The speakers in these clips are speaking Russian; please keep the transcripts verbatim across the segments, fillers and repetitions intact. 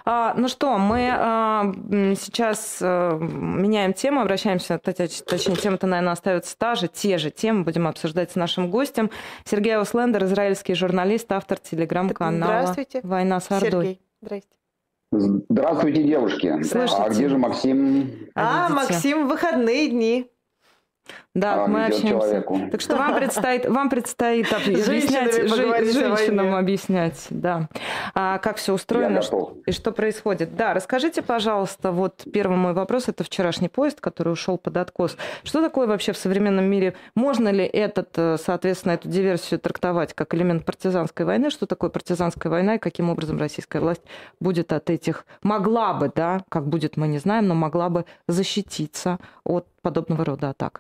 А, ну что, мы а, сейчас а, меняем тему, обращаемся, точнее, тема-то, наверное, остается та же, те же темы будем обсуждать с нашим гостем. Сергей Ауслендер, израильский журналист, автор телеграм-канала «Война с Ордой». Сергей, здрасте. Здравствуйте, девушки. Слышите? А где же Максим? А, а Максим в выходные дни. Да, а, мы общаемся. Человеку. Так что вам предстоит, вам предстоит объяснять, жи- женщинам объяснять, да, а, как все устроено что, и что происходит. Да, расскажите, пожалуйста, вот первый мой вопрос, это вчерашний поезд, который ушел под откос. Что такое вообще в современном мире? Можно ли этот, соответственно, эту диверсию трактовать как элемент партизанской войны? Что такое партизанская война и каким образом российская власть будет от этих, могла бы, да, как будет, мы не знаем, но могла бы защититься от подобного рода атак?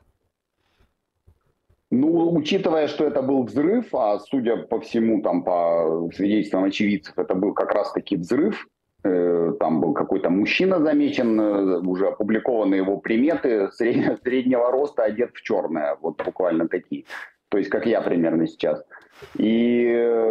Ну, учитывая, что это был взрыв, а судя по всему, там, по свидетельствам очевидцев, это был как раз-таки взрыв, э, там был какой-то мужчина замечен, э, уже опубликованы его приметы, среднего, среднего роста, одет в черное, вот буквально такие, то есть как я примерно сейчас. И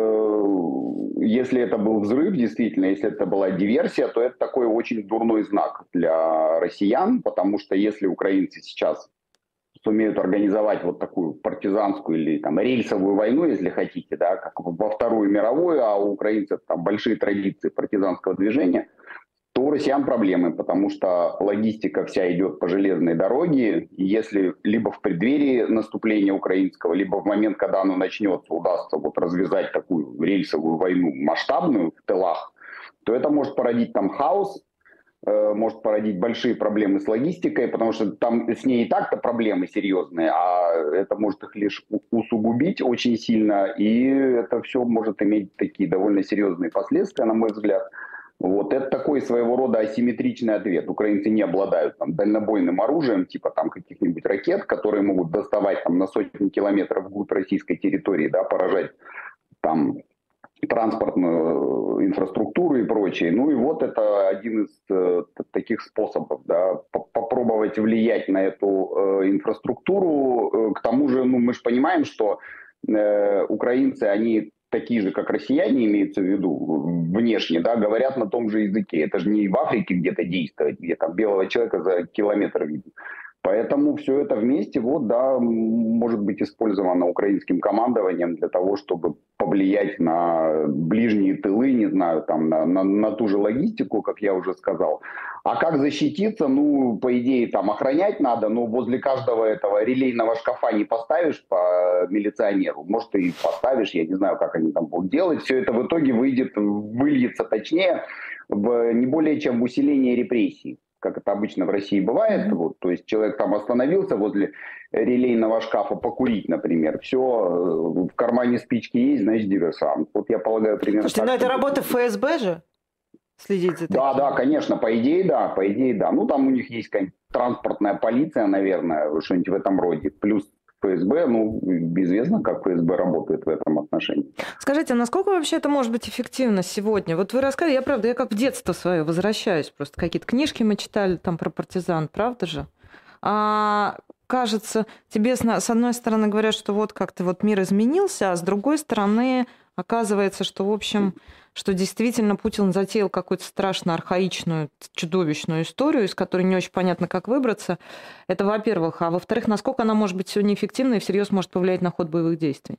э, если это был взрыв, действительно, если это была диверсия, то это такой очень дурной знак для россиян, потому что если украинцы сейчас сумеют организовать вот такую партизанскую или там рельсовую войну, если хотите, да, как во Вторую мировую, а у украинцев там большие традиции партизанского движения, то у россиян проблемы, потому что логистика вся идет по железной дороге, и если либо в преддверии наступления украинского, либо в момент, когда оно начнется, удастся вот развязать такую рельсовую войну масштабную в тылах, то это может породить там хаос, может породить большие проблемы с логистикой, потому что там с ней и так-то проблемы серьезные, а это может их лишь усугубить очень сильно, и это все может иметь такие довольно серьезные последствия, на мой взгляд. Вот это такой своего рода асимметричный ответ. Украинцы не обладают там дальнобойным оружием, типа там каких-нибудь ракет, которые могут доставать там на сотни километров вглубь российской территории, да, поражать там транспортную инфраструктуру и прочее. Ну и вот это один из э, таких способов, да, попробовать влиять на эту э, инфраструктуру. К тому же, ну, мы же понимаем, что э, украинцы, они такие же, как россияне, имеются в виду внешне, да, говорят на том же языке. Это же не в Африке где-то действовать, где там белого человека за километр видно. Поэтому все это вместе, вот, да, может быть использовано украинским командованием для того, чтобы повлиять на ближние тылы, не знаю, там, на, на, на ту же логистику, как я уже сказал. А как защититься? Ну, по идее, там, охранять надо, но возле каждого этого релейного шкафа не поставишь по милиционеру. Может, и поставишь, я не знаю, как они там будут делать. Все это в итоге выйдет, выльется, точнее, в не более чем в усиление репрессий, как это обычно в России бывает. Mm-hmm. Вот, то есть человек там остановился возле релейного шкафа покурить, например. Все, в кармане спички есть, значит, диверсант. Вот я полагаю, примерно. Слушайте, но это работа ФСБ же? Следить за таким? Да, да, конечно, по идее, да, по идее, да. Ну, там у них есть какая-нибудь транспортная полиция, наверное, что-нибудь в этом роде. Плюс ФСБ, ну, известно, как ФСБ работает в этом отношении. Скажите, а насколько вообще это может быть эффективно сегодня? Вот вы рассказывали, я правда, я как в детство свое возвращаюсь, просто какие-то книжки мы читали там про партизан, правда же? А, кажется, тебе с одной стороны говорят, что вот как-то вот мир изменился, а с другой стороны оказывается, что, в общем, что действительно Путин затеял какую-то страшно архаичную, чудовищную историю, из которой не очень понятно, как выбраться. Это во-первых. А во-вторых, насколько она может быть сегодня эффективна и всерьез может повлиять на ход боевых действий?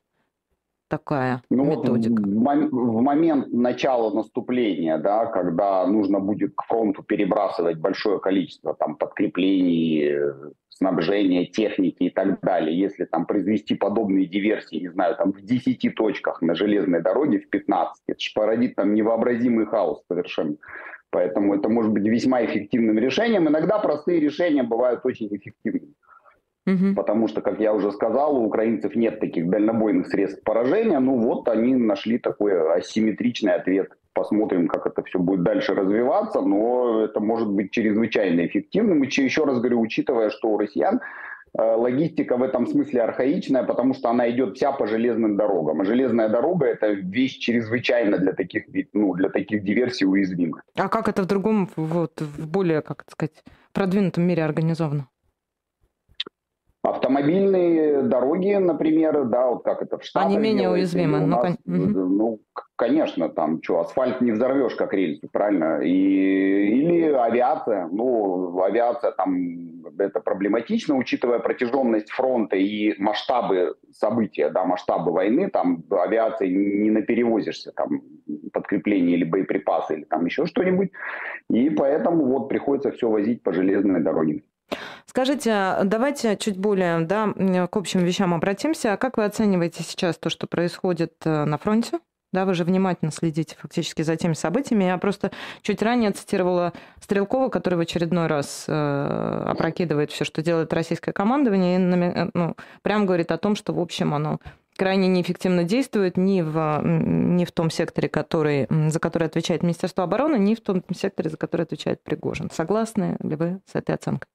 Такая ну, методика. Вот в момент начала наступления, да, когда нужно будет к фронту перебрасывать большое количество там, подкреплений, снабжения, техники и так далее, если там произвести подобные диверсии, не знаю, там в десяти точках на железной дороге, в пятнадцати, это же породит там невообразимый хаос совершенно. Поэтому это может быть весьма эффективным решением. Иногда простые решения бывают очень эффективными. Угу. Потому что, как я уже сказал, у украинцев нет таких дальнобойных средств поражения. Ну вот они нашли такой асимметричный ответ. Посмотрим, как это все будет дальше развиваться. Но это может быть чрезвычайно эффективным. И еще раз говорю, учитывая, что у россиян логистика в этом смысле архаичная, потому что она идет вся по железным дорогам. А железная дорога – это вещь чрезвычайно для таких, ну, для таких диверсий уязвимых. А как это в другом, вот, в более, как сказать, продвинутом мире организовано? Автомобильные дороги, например, да, вот как это в Штатах Они менее делается, или уязвимы. у Ну, нас, кон- мгм. ну, к- конечно, там что, асфальт не взорвешь, как рельсу, правильно? И, или авиация, ну, авиация там, это проблематично, учитывая протяженность фронта и масштабы события, да, масштабы войны, там авиацией не наперевозишься, там, подкрепление или боеприпасы, или там еще что-нибудь, и поэтому вот приходится все возить по железной дороге. Скажите, а давайте чуть более, да, м, к общим вещам обратимся. А как вы оцениваете сейчас то, что происходит э, на фронте? Да, вы же внимательно следите фактически за теми событиями. Я просто чуть ранее цитировала Стрелкова, который в очередной раз э, опрокидывает все, что делает российское командование, и нами- э, ну, прям говорит о том, что, в общем, оно крайне неэффективно действует ни в, м, ни в том секторе, который, м, за который отвечает Министерство обороны, ни в том секторе, за который отвечает Пригожин. Согласны ли вы с этой оценкой?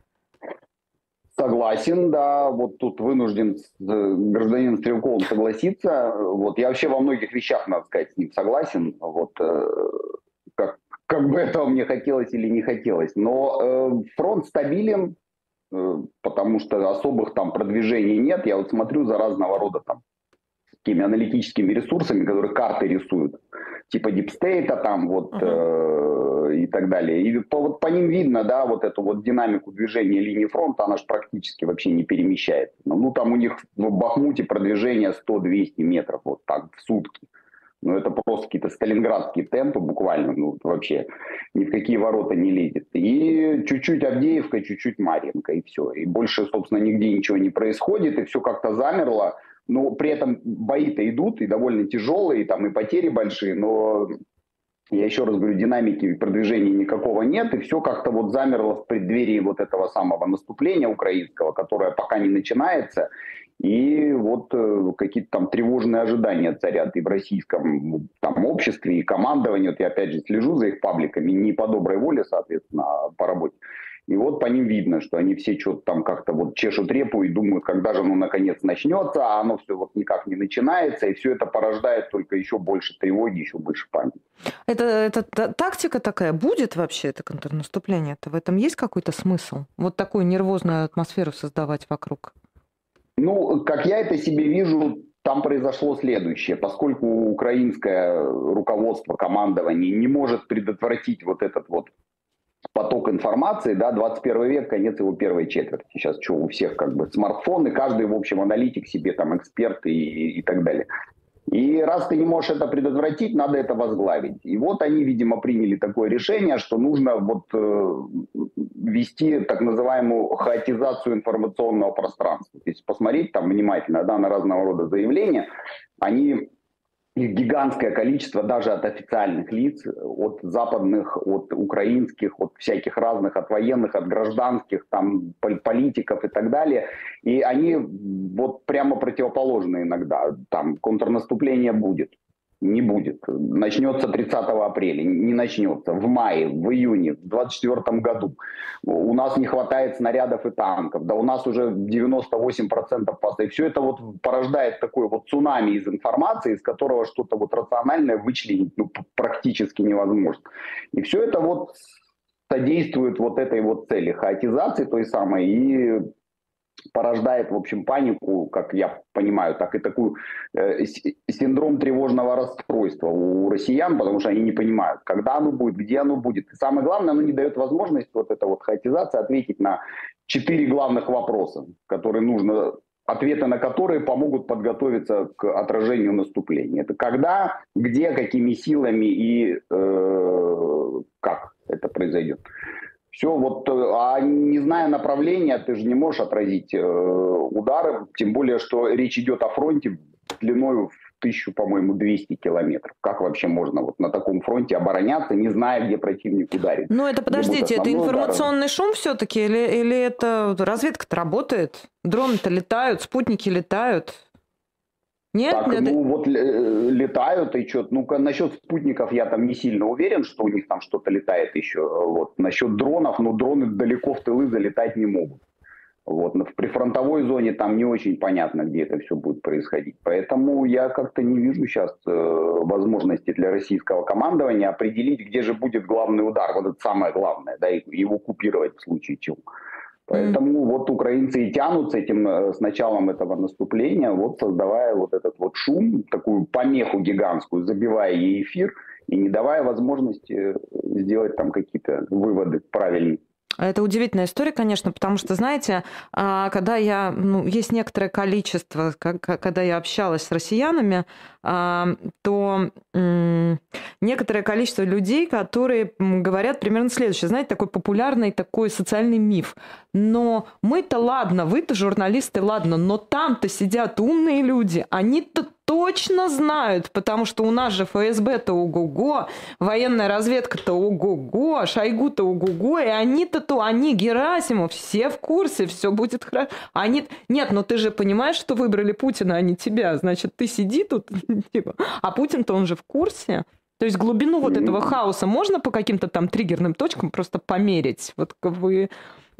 Согласен, да, вот тут вынужден с э, гражданином Стрелковым согласиться. Вот я вообще во многих вещах, надо сказать, с ним согласен. Вот э, как, как бы этого мне хотелось или не хотелось. Но э, фронт стабилен, э, потому что особых там продвижений нет. Я вот смотрю за разного рода там такими аналитическими ресурсами, которые карты рисуют, типа дипстейта там вот uh-huh. э, и так далее. И по, вот по ним видно, да, вот эту вот динамику движения линии фронта, она же практически вообще не перемещается. Ну, там у них в Бахмуте продвижение сто-двести метров вот так в сутки. Ну, это просто какие-то сталинградские темпы буквально, ну, вообще ни в какие ворота не лезет. И чуть-чуть Авдеевка, чуть-чуть Марьинка, и все. И больше, собственно, нигде ничего не происходит, и все как-то замерло. Но при этом бои-то идут, и довольно тяжелые, и там и потери большие, но я еще раз говорю, динамики продвижения никакого нет, и все как-то вот замерло в преддверии вот этого самого наступления украинского, которое пока не начинается. И вот э, какие-то там тревожные ожидания царят и в российском там, обществе, и командовании. Вот я опять же слежу за их пабликами, не по доброй воле, соответственно, а по работе. И вот по ним видно, что они все что-то там как-то вот чешут репу и думают, когда же оно наконец начнется, а оно все вот никак не начинается, и все это порождает только еще больше тревоги, еще больше паники. Это, это та- тактика такая будет вообще, это контрнаступление-то? В этом есть какой-то смысл? Вот такую нервозную атмосферу создавать вокруг? Ну, как я это себе вижу, там произошло следующее. Поскольку украинское руководство, командование не может предотвратить вот этот вот поток информации, да, двадцать первый век, конец его первой четверти. Сейчас что, у всех как бы смартфоны, каждый, в общем, аналитик себе, там, эксперт и, и, и так далее. И раз ты не можешь это предотвратить, надо это возглавить. И вот они, видимо, приняли такое решение, что нужно вот э, вести так называемую хаотизацию информационного пространства. То есть посмотреть там внимательно, да, на разного рода заявления, они... Их гигантское количество даже от официальных лиц, от западных, от украинских, от всяких разных, от военных, от гражданских, там, политиков и так далее. И они вот прямо противоположны иногда. Там контрнаступление будет. Не будет. Начнется тридцатого апреля, не начнется. В мае, в июне, в двадцать четвёртом году. У нас не хватает снарядов и танков. Да у нас уже девяносто восемь процентов паса. И все это вот порождает такой вот цунами из информации, из которого что-то вот рациональное вычленить ну, практически невозможно. И все это вот содействует вот этой вот цели хаотизации той самой и порождает, в общем, панику, как я понимаю, так и такую э, синдром тревожного расстройства у россиян, потому что они не понимают, когда оно будет, где оно будет. И самое главное, оно не дает возможность, вот эта вот хаотизация, ответить на четыре главных вопроса, которые нужно, ответы на которые помогут подготовиться к отражению наступления. Это когда, где, какими силами и э, как это произойдет. Все, вот, а не зная направления, ты же не можешь отразить э, удары, тем более, что речь идет о фронте длиной в тысячу, по-моему, двести километров. Как вообще можно вот на таком фронте обороняться, не зная, где противник ударит? Ну, это, подождите, это информационный удар? Шум все-таки или, или это разведка-то работает? Дроны-то летают, спутники летают? Нет, так, это... ну вот летают и что-то. Ну, насчет спутников я там не сильно уверен, что у них там что-то летает еще. Вот. Насчет дронов, ну, дроны далеко в тылы залетать не могут. Вот. В прифронтовой зоне там не очень понятно, где это все будет происходить. Поэтому я как-то не вижу сейчас э, возможности для российского командования определить, где же будет главный удар. Вот это самое главное, да, и его купировать в случае чего. Поэтому mm. вот украинцы и тянут с этим, с началом этого наступления, вот создавая вот этот вот шум, такую помеху гигантскую, забивая ей эфир и не давая возможности сделать там какие-то выводы правильные. Это удивительная история, конечно, потому что, знаете, когда я, ну, есть некоторое количество, когда я общалась с россиянами, то некоторое количество людей, которые говорят примерно следующее, знаете, такой популярный такой социальный миф. Но мы-то ладно, вы-то журналисты, ладно, но там-то сидят умные люди, они-то точно знают, потому что у нас же ФСБ-то ого-го, военная разведка-то ого-го, Шойгу-то ого-го, и они-то то, они, Герасимов, все в курсе, все будет хорошо. Они... Нет, но ты же понимаешь, что выбрали Путина, а не тебя, значит, ты сиди тут, типа, а Путин-то он же в курсе. То есть глубину вот этого хаоса можно по каким-то там триггерным точкам просто померить? Вот вы...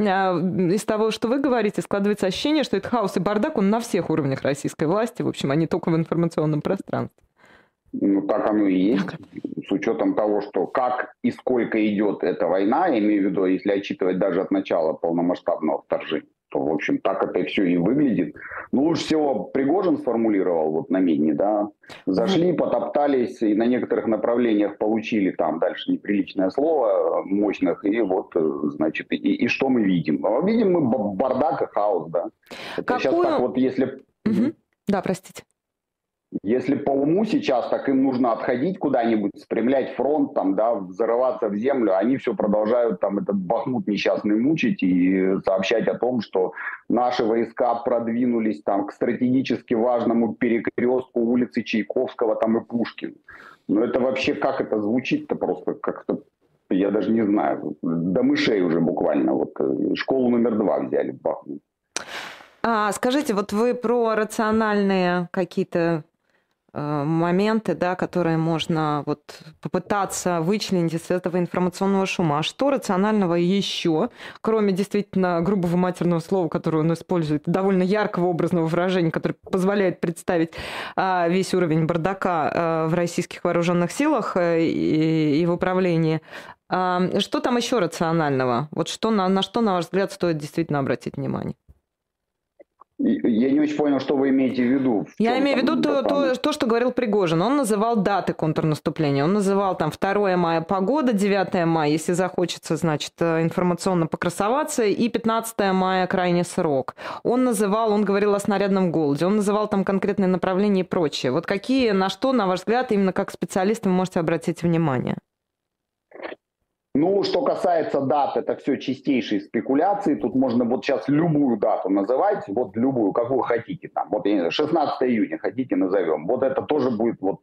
Из того, что вы говорите, складывается ощущение, что этот хаос и бардак, он на всех уровнях российской власти, в общем, а не только в информационном пространстве. Ну, так оно и есть. С учетом того, что как и сколько идет эта война, я имею в виду, если отчитывать даже от начала полномасштабного вторжения, то, в общем, так это все и выглядит. Ну, лучше всего Пригожин сформулировал вот на Медне, да. Зашли, потоптались, и на некоторых направлениях получили там дальше неприличное слово, мощных, и вот, значит, и, и что мы видим? Видим мы бардак и хаос, да. Это Какую... сейчас так вот, если... Угу. Да, простите. Если по уму сейчас, так им нужно отходить куда-нибудь, спрямлять фронт, там, да, взрываться в землю, они все продолжают там этот Бахмут несчастный мучить и сообщать о том, что наши войска продвинулись там к стратегически важному перекрестку улицы Чайковского там и Пушкина. Но это вообще, как это звучит-то просто как-то, я даже не знаю, до мышей уже буквально, вот школу номер два взяли в Бахмут. А, скажите, вот вы про рациональные какие-то моменты, да, которые можно вот попытаться вычленить из этого информационного шума. А что рационального еще, кроме действительно грубого матерного слова, которое он использует, довольно яркого образного выражения, которое позволяет представить весь уровень бардака в российских вооруженных силах и в управлении. Что там еще рационального? Вот что, на, на что, на ваш взгляд, стоит действительно обратить внимание? Я не очень понял, что вы имеете в виду. В Я имею в виду то, то, то, что говорил Пригожин. Он называл даты контрнаступления. Он называл там второе мая погода, девятое мая, если захочется, значит, информационно покрасоваться, и пятнадцатое мая крайний срок. Он называл, он говорил о снарядном голоде, он называл там конкретные направления и прочее. Вот какие, на что, на ваш взгляд, именно как специалист вы можете обратить внимание? Ну, что касается дат, это все чистейшие спекуляции. Тут можно вот сейчас любую дату называть, вот любую, какую хотите. Там, вот, я не знаю, шестнадцатое июня хотите, назовем. Вот это тоже будет, вот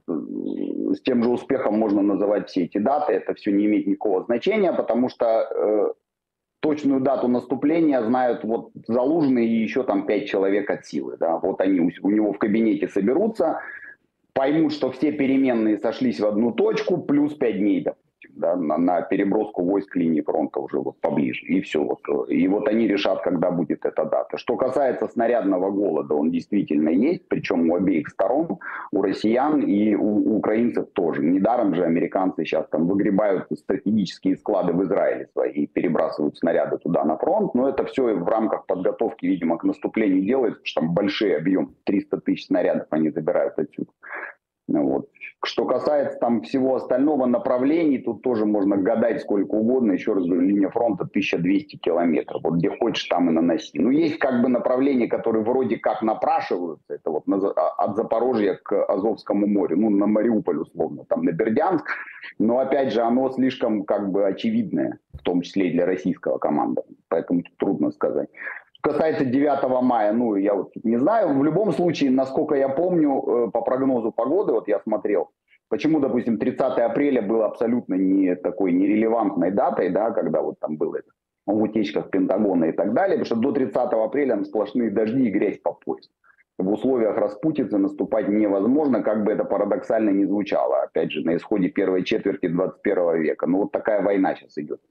с тем же успехом можно называть все эти даты. Это все не имеет никакого значения, потому что э, точную дату наступления знают вот Залужный и еще там пять человек от силы. Да? Вот они у, у него в кабинете соберутся, поймут, что все переменные сошлись в одну точку, плюс пять дней, да. Да, на, на переброску войск линии фронта уже вот поближе. И все. Вот. И вот они решат, когда будет эта дата. Что касается снарядного голода, он действительно есть, причем у обеих сторон, у россиян и у, у украинцев тоже. Недаром же американцы сейчас там выгребают стратегические склады в Израиле свои и перебрасывают снаряды туда на фронт. Но это все в рамках подготовки, видимо, к наступлению делается, потому что там большие объемы, триста тысяч снарядов они забирают отсюда. Вот. Что касается там всего остального направлений, тут тоже можно гадать сколько угодно. Еще раз говорю, линия фронта тысяча двести километров. Вот где хочешь, там и наноси. Ну, есть как бы направления, которые вроде как напрашиваются. Это вот от Запорожья к Азовскому морю. Ну, на Мариуполь условно, там на Бердянск. Но опять же, оно слишком как бы очевидное, в том числе и для российского командования. Поэтому тут трудно сказать. Что касается девятого мая, ну, я вот не знаю. В любом случае, насколько я помню, по прогнозу погоды, вот я смотрел, почему, допустим, тридцатое апреля было абсолютно не такой нерелевантной датой, да, когда вот там было это, в утечках Пентагона и так далее, потому что до тридцатого апреля там сплошные дожди и грязь по пояс. В условиях распутицы наступать невозможно, как бы это парадоксально не звучало. Опять же, на исходе первой четверти двадцать первого века. Ну, вот такая война сейчас идет.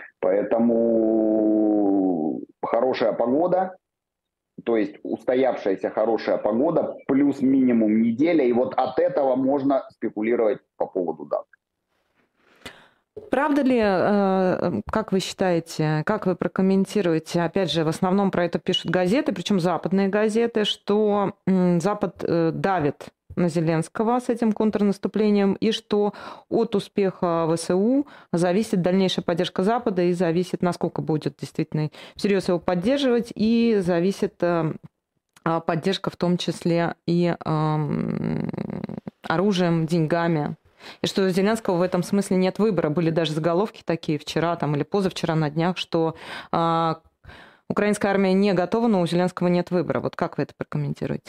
Поэтому хорошая погода, то есть устоявшаяся хорошая погода, плюс минимум неделя. И вот от этого можно спекулировать по поводу дат. правда ли, э, как вы считаете, как вы прокомментируете, опять же, в основном про это пишут газеты, причем западные газеты, что м, Запад э, давит на Зеленского с этим контрнаступлением, и что от успеха ВСУ зависит дальнейшая поддержка Запада, и зависит, насколько будет действительно всерьез его поддерживать, и зависит э, поддержка в том числе и э, оружием, деньгами. И что у Зеленского в этом смысле нет выбора. Были даже заголовки такие вчера там, или позавчера на днях, что э, украинская армия не готова, но у Зеленского нет выбора. Вот как вы это прокомментируете?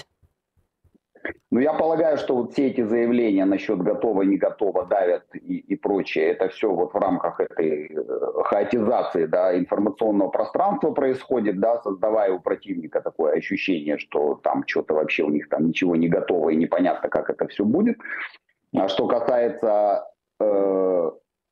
Ну, я полагаю, что вот все эти заявления насчет готово, не готово, давят и, и прочее, это все вот в рамках этой хаотизации, да, информационного пространства происходит, да, создавая у противника такое ощущение, что там что-то вообще у них там ничего не готово и непонятно, как это все будет. А что касается э,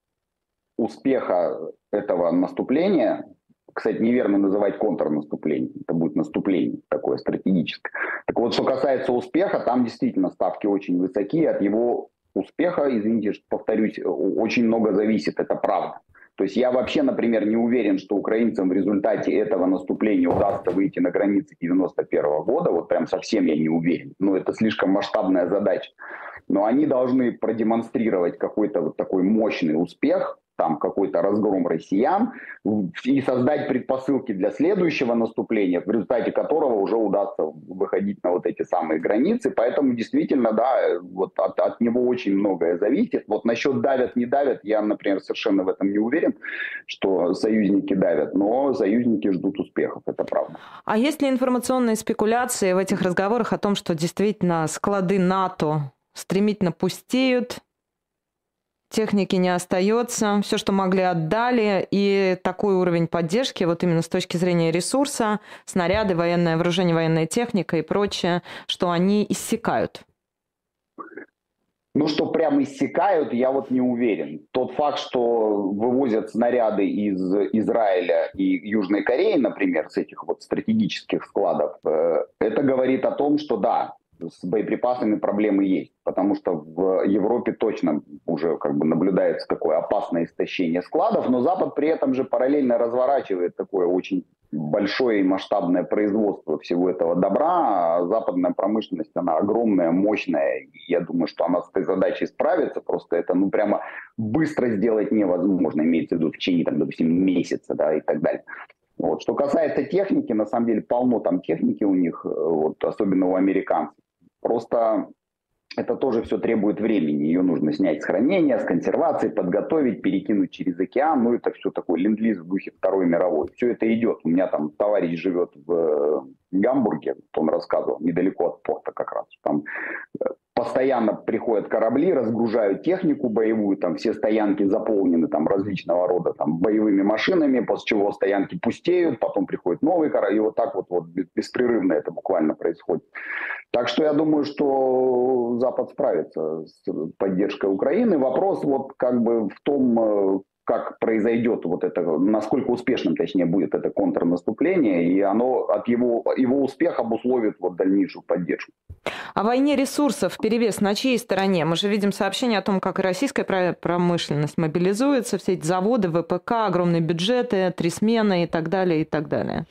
успеха этого наступления, кстати, неверно называть контрнаступление, это будет наступление такое стратегическое. Так вот, что касается успеха, там действительно ставки очень высокие, от его успеха, извините, повторюсь, очень много зависит, это правда. То есть я вообще, например, не уверен, что украинцам в результате этого наступления удастся выйти на границы девяносто первого года, вот прям совсем я не уверен, но это слишком масштабная задача. Но они должны продемонстрировать какой-то вот такой мощный успех, там какой-то разгром россиян, и создать предпосылки для следующего наступления, в результате которого уже удастся выходить на вот эти самые границы. Поэтому действительно, да, вот от, от него очень многое зависит. Вот насчет давят, не давят, я, например, совершенно в этом не уверен, что союзники давят, но союзники ждут успехов, это правда. А есть ли информационные спекуляции в этих разговорах о том, что действительно склады НАТО стремительно пустеют, техники не остается, все, что могли, отдали, и такой уровень поддержки, вот именно с точки зрения ресурса, снаряды, военное вооружение, военная техника и прочее, что они иссякают? Ну, что прям иссякают, я вот не уверен. Тот факт, что вывозят снаряды из Израиля и Южной Кореи, например, с этих вот стратегических складов, это говорит о том, что да, с боеприпасами проблемы есть, потому что в Европе точно уже как бы наблюдается такое опасное истощение складов, но Запад при этом же параллельно разворачивает такое очень большое и масштабное производство всего этого добра, а западная промышленность, она огромная, мощная, и я думаю, что она с этой задачей справится, просто это ну прямо быстро сделать невозможно, имеется в виду в течение, там, допустим, месяца, да, и так далее. Вот. Что касается техники, на самом деле полно там техники у них, вот, особенно у американцев. Просто это тоже все требует времени. Ее нужно снять с хранения, с консервации, подготовить, перекинуть через океан. Ну, это все такой ленд-лиз в духе Второй мировой. Все это идет. У меня там товарищ живет в Гамбурге, он рассказывал, недалеко от порта как раз. Там постоянно приходят корабли, разгружают технику боевую, там все стоянки заполнены там различного рода там боевыми машинами, после чего стоянки пустеют, потом приходит новый корабль, и вот так вот, вот беспрерывно это буквально происходит. Так что я думаю, что Запад справится с поддержкой Украины. Вопрос вот как бы в том, как произойдет вот это, насколько успешным, точнее, будет это контрнаступление, и оно от его, его успеха обусловит вот дальнейшую поддержку. О войне ресурсов перевес на чьей стороне? Мы же видим сообщения о том, как и российская промышленность мобилизуется, все эти заводы, ВПК, огромные бюджеты, три смены и так далее, и так далее.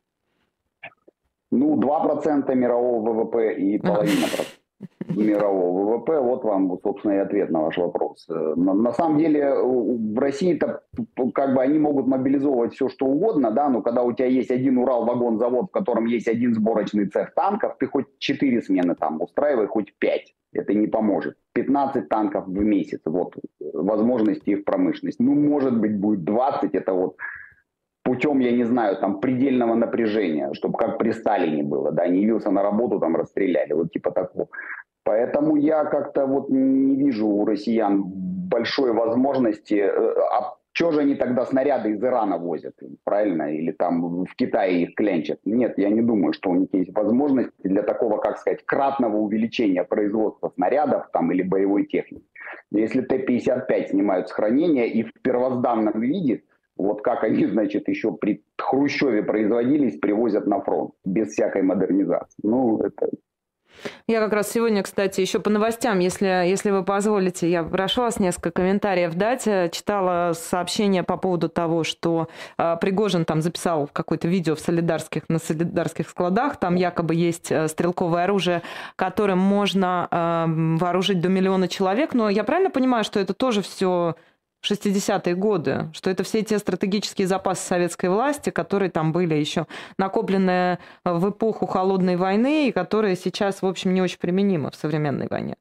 Ну, два процента мирового ВВП и половина процента мирового ВВП, вот вам, собственно, и ответ на ваш вопрос. На, на самом деле в России-то как бы они могут мобилизовывать все, что угодно, да, но когда у тебя есть один Урал-вагон-завод, в котором есть один сборочный цех танков, ты хоть четыре смены там устраивай, хоть пять. Это не поможет. пятнадцать танков в месяц, вот, возможности их промышленности. Ну, может быть, будет двадцать, это вот путем, я не знаю, там, предельного напряжения, чтобы как при Сталине было, да, не явился на работу, там, расстреляли, вот типа такого. Поэтому я как-то вот не вижу у россиян большой возможности. А что же они тогда снаряды из Ирана возят, правильно? Или там в Китае их клянчат? Нет, я не думаю, что у них есть возможности для такого, как сказать, кратного увеличения производства снарядов там, или боевой техники. Если Т пятьдесят пять снимают с хранения и в первозданном виде, вот как они, значит, еще при Хрущеве производились, привозят на фронт, без всякой модернизации. Ну, это Я как раз сегодня, кстати, еще по новостям, если, если вы позволите, я прошу вас несколько комментариев дать. Читала сообщение по поводу того, что э, Пригожин там записал какое-то видео в солидарских, на солидарских складах. Там якобы есть стрелковое оружие, которым можно э, вооружить до миллиона человек. Но я правильно понимаю, что это тоже все шестидесятые годы, что это все те стратегические запасы советской власти, которые там были еще накопленные в эпоху холодной войны и которые сейчас, в общем, не очень применимы в современной войне?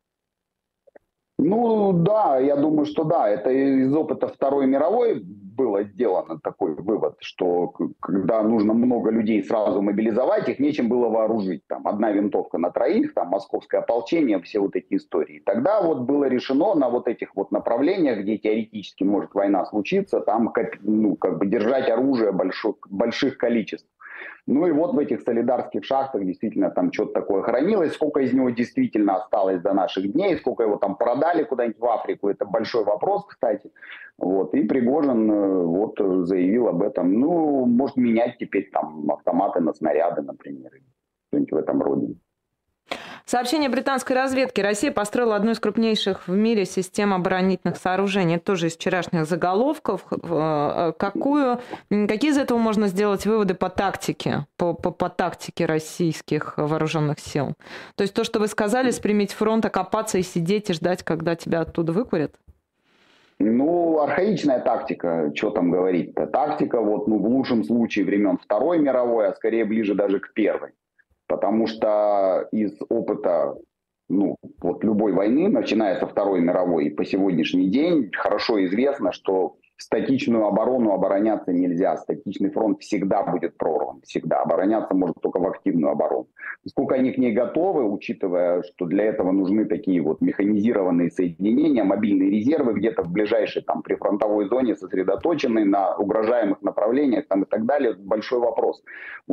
Ну да, я думаю, что да. Это из опыта Второй мировой было сделано такой вывод, что когда нужно много людей сразу мобилизовать, их нечем было вооружить. Там одна винтовка на троих, там московское ополчение, все вот эти истории. Тогда вот было решено на вот этих вот направлениях, где теоретически может война случиться, там ну, как бы держать оружие больших, больших количеств. Ну и вот в этих солидарских шахтах действительно там что-то такое хранилось. Сколько из него действительно осталось до наших дней, сколько его там продали куда-нибудь в Африку, это большой вопрос, кстати. Вот. И Пригожин вот заявил об этом. Ну, может менять теперь там автоматы на снаряды, например, что-нибудь в этом роде. Сообщение британской разведки. Россия построила одну из крупнейших в мире систем оборонительных сооружений. Это тоже из вчерашних заголовков. Какую, какие из этого можно сделать выводы по тактике, по, по, по тактике российских вооруженных сил? То есть то, что вы сказали, спрямить фронт, окопаться и сидеть и ждать, когда тебя оттуда выкурят? Ну, архаичная тактика, что там говорить-то. Тактика, вот, ну, в лучшем случае времен Второй мировой, а скорее ближе даже к Первой. Потому что из опыта ну, вот любой войны, начиная со Второй мировой и по сегодняшний день, хорошо известно, что в статичную оборону обороняться нельзя. Статичный фронт всегда будет прорван. Всегда. Обороняться может только в активную оборону. Насколько они к ней готовы, учитывая, что для этого нужны такие вот механизированные соединения, мобильные резервы где-то в ближайшей там прифронтовой зоне сосредоточены на угрожаемых направлениях там, и так далее, большой вопрос.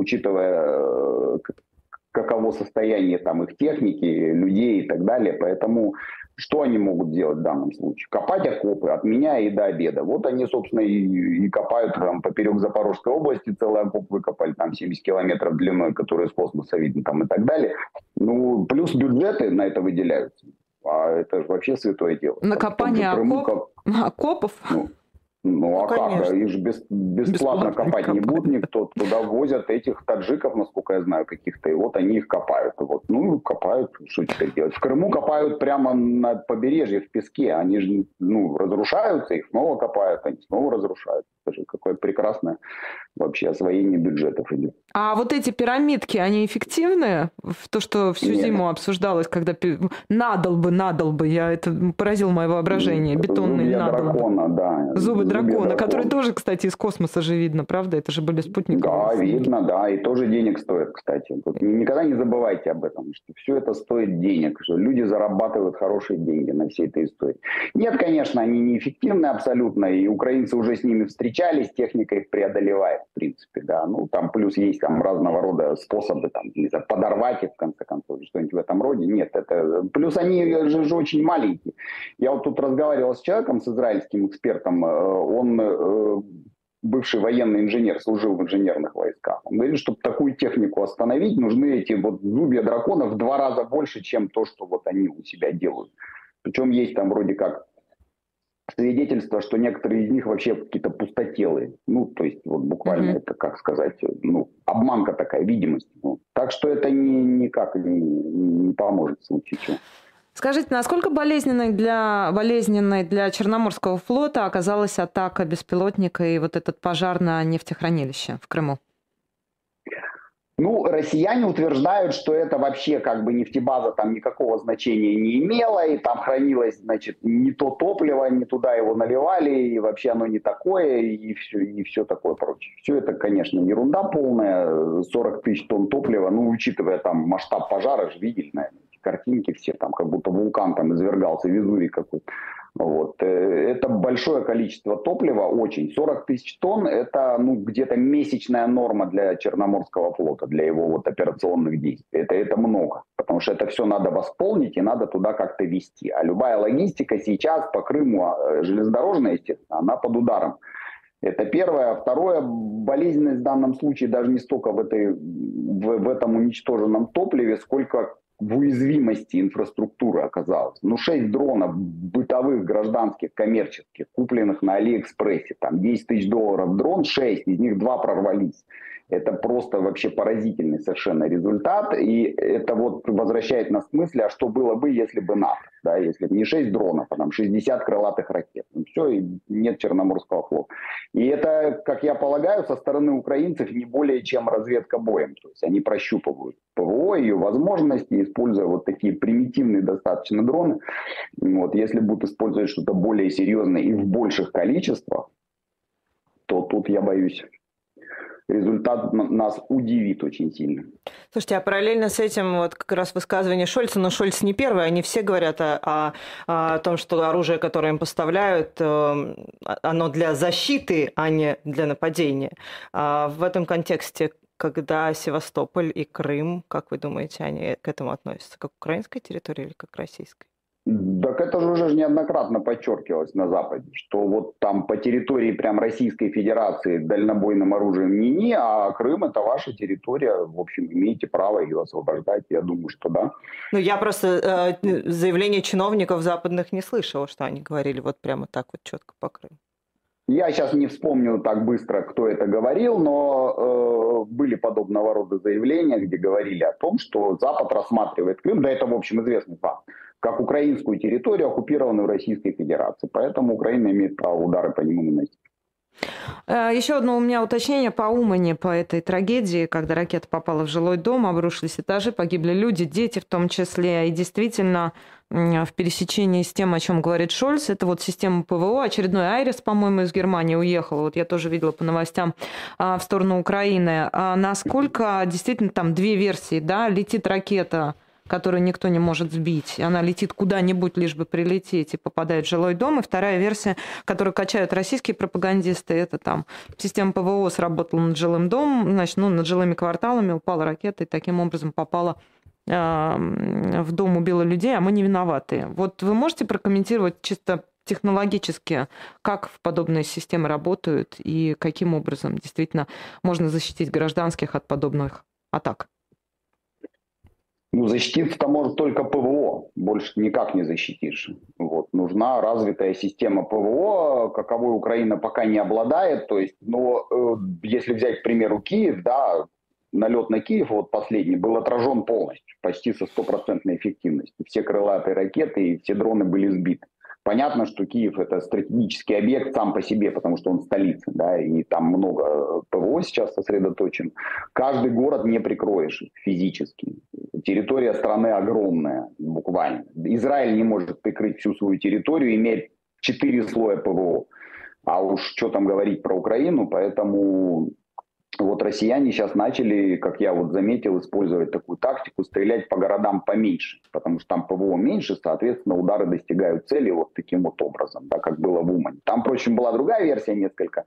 Учитывая каково состояние там их техники, людей и так далее. Поэтому что они могут делать в данном случае? Копать окопы от меня и до обеда. Вот они, собственно, и, и копают там поперек Запорожской области, целый окоп выкопали, там семьдесят километров длиной, которые с космоса видно там и так далее. Ну, плюс бюджеты на это выделяются. А это же вообще святое дело. На копание окоп... окопов? Ну, Ну, Ну, а конечно. как? Их же бес- бесплатно, Бесплатно копать не копать. будут никто. Туда возят этих таджиков, насколько я знаю, каких-то. И вот они их копают. Вот. Ну, копают. Что теперь делать? В Крыму копают прямо на побережье, в песке. Они же ну, разрушаются, их снова копают, они снова разрушают. Это же какое прекрасное вообще освоение бюджетов идет. А вот эти пирамидки, они эффективны? В то, что всю Нет. зиму обсуждалось, когда пи- надолбы, надолбы, я это поразило мое воображение, бетонные Зубья надолбы. дракона, да. Зубы Зубья дракона, которые дракона. тоже, кстати, из космоса же видно, правда? Это же были спутниковые. Да, видно, да, и тоже денег стоит, кстати. Тут никогда не забывайте об этом, что все это стоит денег, что люди зарабатывают хорошие деньги на всей этой истории. Нет, конечно, они неэффективны абсолютно, и украинцы уже с ними встречались, техника их преодолевает, в принципе, да. Ну, там плюс есть там разного рода способы, там, не знаю, подорвать их, в конце концов, что-нибудь в этом роде. Нет, это... Плюс они же, же очень маленькие. Я вот тут разговаривал с человеком, с израильским экспертом, он... бывший военный инженер, служил в инженерных войсках. Он говорит, чтобы такую технику остановить, нужны эти вот зубья дракона в два раза больше, чем то, что вот они у себя делают. Причем есть там вроде как свидетельство, что некоторые из них вообще какие-то пустотелые. Ну, то есть вот буквально mm-hmm. это, как сказать, ну, обманка такая, видимость. Ну, так что это ни, никак не, не поможет в случае чего. Скажите, насколько болезненной для, болезненной для Черноморского флота оказалась атака беспилотника и вот этот пожар на нефтехранилище в Крыму? Ну, россияне утверждают, что это вообще как бы нефтебаза там никакого значения не имела, и там хранилось, значит, не то топливо, не туда его наливали, и вообще оно не такое, и все, и все такое прочее. Все это, конечно, ерунда полная, сорок тысяч тонн топлива, ну, учитывая там масштаб пожара, же видели, наверное, эти картинки все, там как будто вулкан там извергался, Везувий какой-то. Вот. Это большое количество топлива, очень. сорок тысяч тонн – это ну, где-то месячная норма для Черноморского флота, для его вот операционных действий. Это, это много, потому что это все надо восполнить и надо туда как-то везти. А любая логистика сейчас по Крыму, железнодорожная, естественно, она под ударом. Это первое. Второе, болезненность в данном случае даже не столько в, этой, в, в этом уничтоженном топливе, сколько в уязвимости инфраструктуры оказалась. Ну, шесть дронов бытовых, гражданских, коммерческих, купленных на Алиэкспрессе. Там десять тысяч долларов дрон, шесть, из них два прорвались. Это просто вообще поразительный совершенно результат. И это вот возвращает нас к мысли, а что было бы, если бы НАТО, да, если бы не шесть дронов, а там шестьдесят крылатых ракет. Ну, все, и нет Черноморского флота. И это, как я полагаю, со стороны украинцев не более чем разведка боем. То есть они прощупывают ПВО, ее возможности, используя вот такие примитивные достаточно дроны. Вот, если будут использовать что-то более серьезное и в больших количествах, то тут я боюсь, результат нас удивит очень сильно. Слушайте, а параллельно с этим вот как раз высказывание Шольца, но Шольц не первый, они все говорят о, о, о том, что оружие, которое им поставляют, оно для защиты, а не для нападения. А в этом контексте, когда Севастополь и Крым, как вы думаете, они к этому относятся? Как к украинской территории или как к российской? Так это же уже неоднократно подчеркивалось на Западе, что вот там по территории прям Российской Федерации дальнобойным оружием не-не, а Крым это ваша территория, в общем, имеете право ее освобождать, я думаю, что да. Ну, я просто э, заявления чиновников западных не слышала, что они говорили вот прямо так вот четко по Крыму. Я сейчас не вспомню так быстро, кто это говорил, но э, были подобного рода заявления, где говорили о том, что Запад рассматривает Крым, да это, в общем, известный факт, как украинскую территорию, оккупированную Российской Федерацией. Поэтому Украина имеет право удары по нему наносить. Еще одно у меня уточнение по Умани, по этой трагедии, когда ракета попала в жилой дом, обрушились этажи, погибли люди, дети в том числе. И действительно, в пересечении с тем, о чем говорит Шольц, это вот система ПВО. Очередной Айрис, по-моему, из Германии уехал. Вот я тоже видела по новостям в сторону Украины. А насколько действительно там две версии, да, летит ракета, которую никто не может сбить. Она летит куда-нибудь, лишь бы прилететь, и попадает в жилой дом. И вторая версия, которую качают российские пропагандисты, это там система ПВО сработала над жилым домом, значит, ну, над жилыми кварталами, упала ракета, и таким образом попала э, в дом, убила людей, а мы не виноваты. Вот вы можете прокомментировать чисто технологически, как подобные системы работают и каким образом действительно можно защитить гражданских от подобных атак? Ну, защититься-то может только ПВО, больше никак не защитишь. Вот. Нужна развитая система ПВО, каковой Украина пока не обладает. То есть, но э, если взять, к примеру, Киев, да, налет на Киев, вот последний, был отражен полностью, почти со стопроцентной эффективностью. Все крылатые ракеты и все дроны были сбиты. Понятно, что Киев это стратегический объект сам по себе, потому что он столица, да, и там много ПВО сейчас сосредоточен. Каждый город не прикроешь физически. Территория страны огромная, буквально. Израиль не может прикрыть всю свою территорию, имеет четыре слоя ПВО. А уж что там говорить про Украину, поэтому вот россияне сейчас начали, как я вот заметил, использовать такую тактику, стрелять по городам поменьше, потому что там ПВО меньше, соответственно, удары достигают цели вот таким вот образом, да, как было в Умане. Там, впрочем, была другая версия несколько.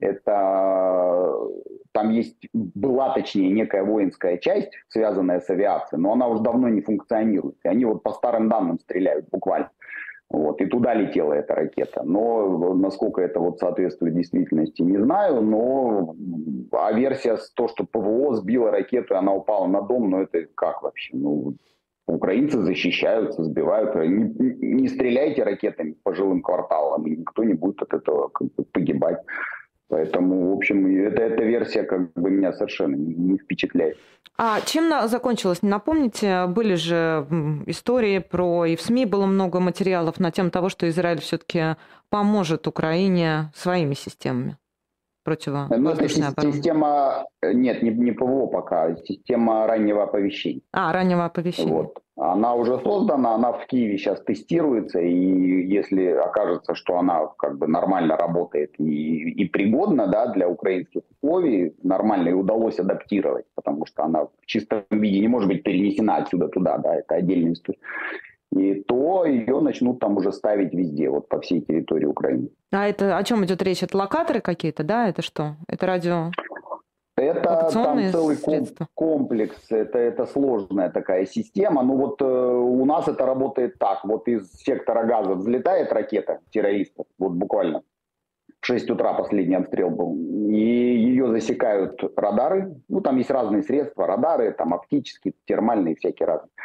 Это там есть, была точнее некая воинская часть, связанная с авиацией, но она уже давно не функционирует. И они вот по старым данным стреляют буквально. Вот, и туда летела эта ракета. Но насколько это вот соответствует действительности, не знаю. Но а версия с то, что ПВО сбила ракету, и она упала на дом, ну это как вообще? Ну, украинцы защищаются, сбивают. Не, не стреляйте ракетами по жилым кварталам, и никто не будет от этого как бы погибать. Поэтому, в общем, это, эта версия как бы меня совершенно не, не впечатляет. А чем закончилось? Напомните, были же истории про, и в СМИ было много материалов на тему того, что Израиль все-таки поможет Украине своими системами противовоздушной обороны. Система, нет, не, не ПВО пока, система раннего оповещения. А, раннего оповещения. Вот. Она уже создана, она в Киеве сейчас тестируется, и если окажется, что она как бы нормально работает и, и пригодна, да, для украинских условий, нормально и удалось адаптировать, потому что она в чистом виде не может быть перенесена отсюда туда, да, это отдельная история, и то ее начнут там уже ставить везде, вот по всей территории Украины. А это о чем идет речь? Это локаторы какие-то, да? Это что? Это радио... Это там целый средства. комплекс, это, это сложная такая система. Ну вот э, у нас это работает так. Вот из сектора Газа взлетает ракета террористов, вот буквально в шесть утра последний обстрел был. И ее засекают радары. Ну там есть разные средства, радары, там оптические, термальные, всякие разные.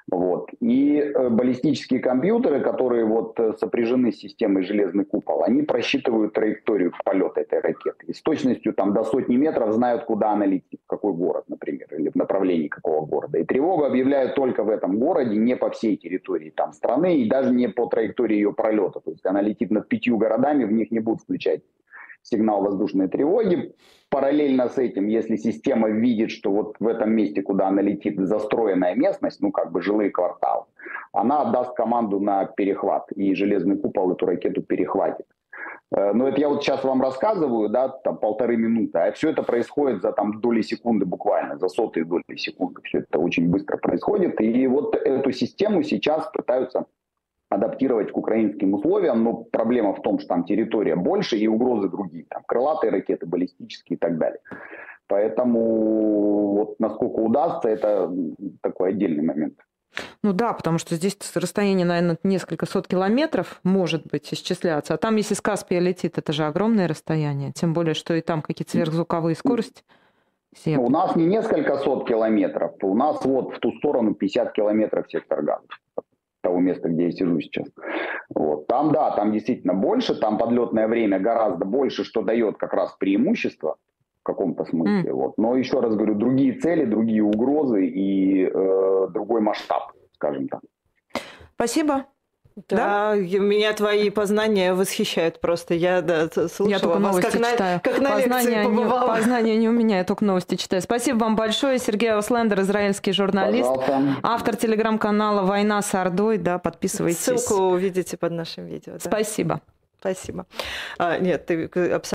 Вот. И баллистические компьютеры, которые вот сопряжены с системой «Железный купол», они просчитывают траекторию полета этой ракеты. И с точностью там, до сотни метров знают, куда она летит, в какой город, например, или в направлении какого города. И тревогу объявляют только в этом городе, не по всей территории там, страны, и даже не по траектории ее пролета. То есть она летит над пятью городами, в них не будут включать сигнал воздушной тревоги. Параллельно с этим, если система видит, что вот в этом месте, куда она летит, застроенная местность, ну как бы жилые кварталы, она отдаст команду на перехват, и «Железный купол» эту ракету перехватит. Но это я вот сейчас вам рассказываю, да, там полторы минуты, а все это происходит за там доли секунды буквально, за сотые доли секунды. Все это очень быстро происходит, и вот эту систему сейчас пытаются адаптировать к украинским условиям, но проблема в том, что там территория больше и угрозы другие, там крылатые ракеты, баллистические и так далее. Поэтому вот насколько удастся, это такой отдельный момент. Ну да, потому что здесь расстояние, наверное, несколько сот километров может быть исчисляться, а там, если с Каспия летит, это же огромное расстояние, тем более, что и там какие-то сверхзвуковые скорости. Ну, у нас не несколько сот километров, у нас вот в ту сторону пятьдесят километров сектор газа. Того места, где я сижу сейчас. Вот. Там, да, там действительно больше, там подлетное время гораздо больше, что дает как раз преимущество в каком-то смысле. Mm. Вот. Но еще раз говорю, другие цели, другие угрозы и э, другой масштаб, скажем так. Спасибо. Да, да, меня твои познания восхищают просто. Я да, слушала я только вас, новости как читаю. На, как на познания, лекции побывала. Не, познания не у меня, я только новости читаю. Спасибо вам большое. Сергей Ауслендер, израильский журналист, пожалуйста, автор телеграм-канала «Война с Ордой». Да, подписывайтесь. Ссылку увидите под нашим видео. Да. Спасибо. Спасибо. А, нет, ты абсолютно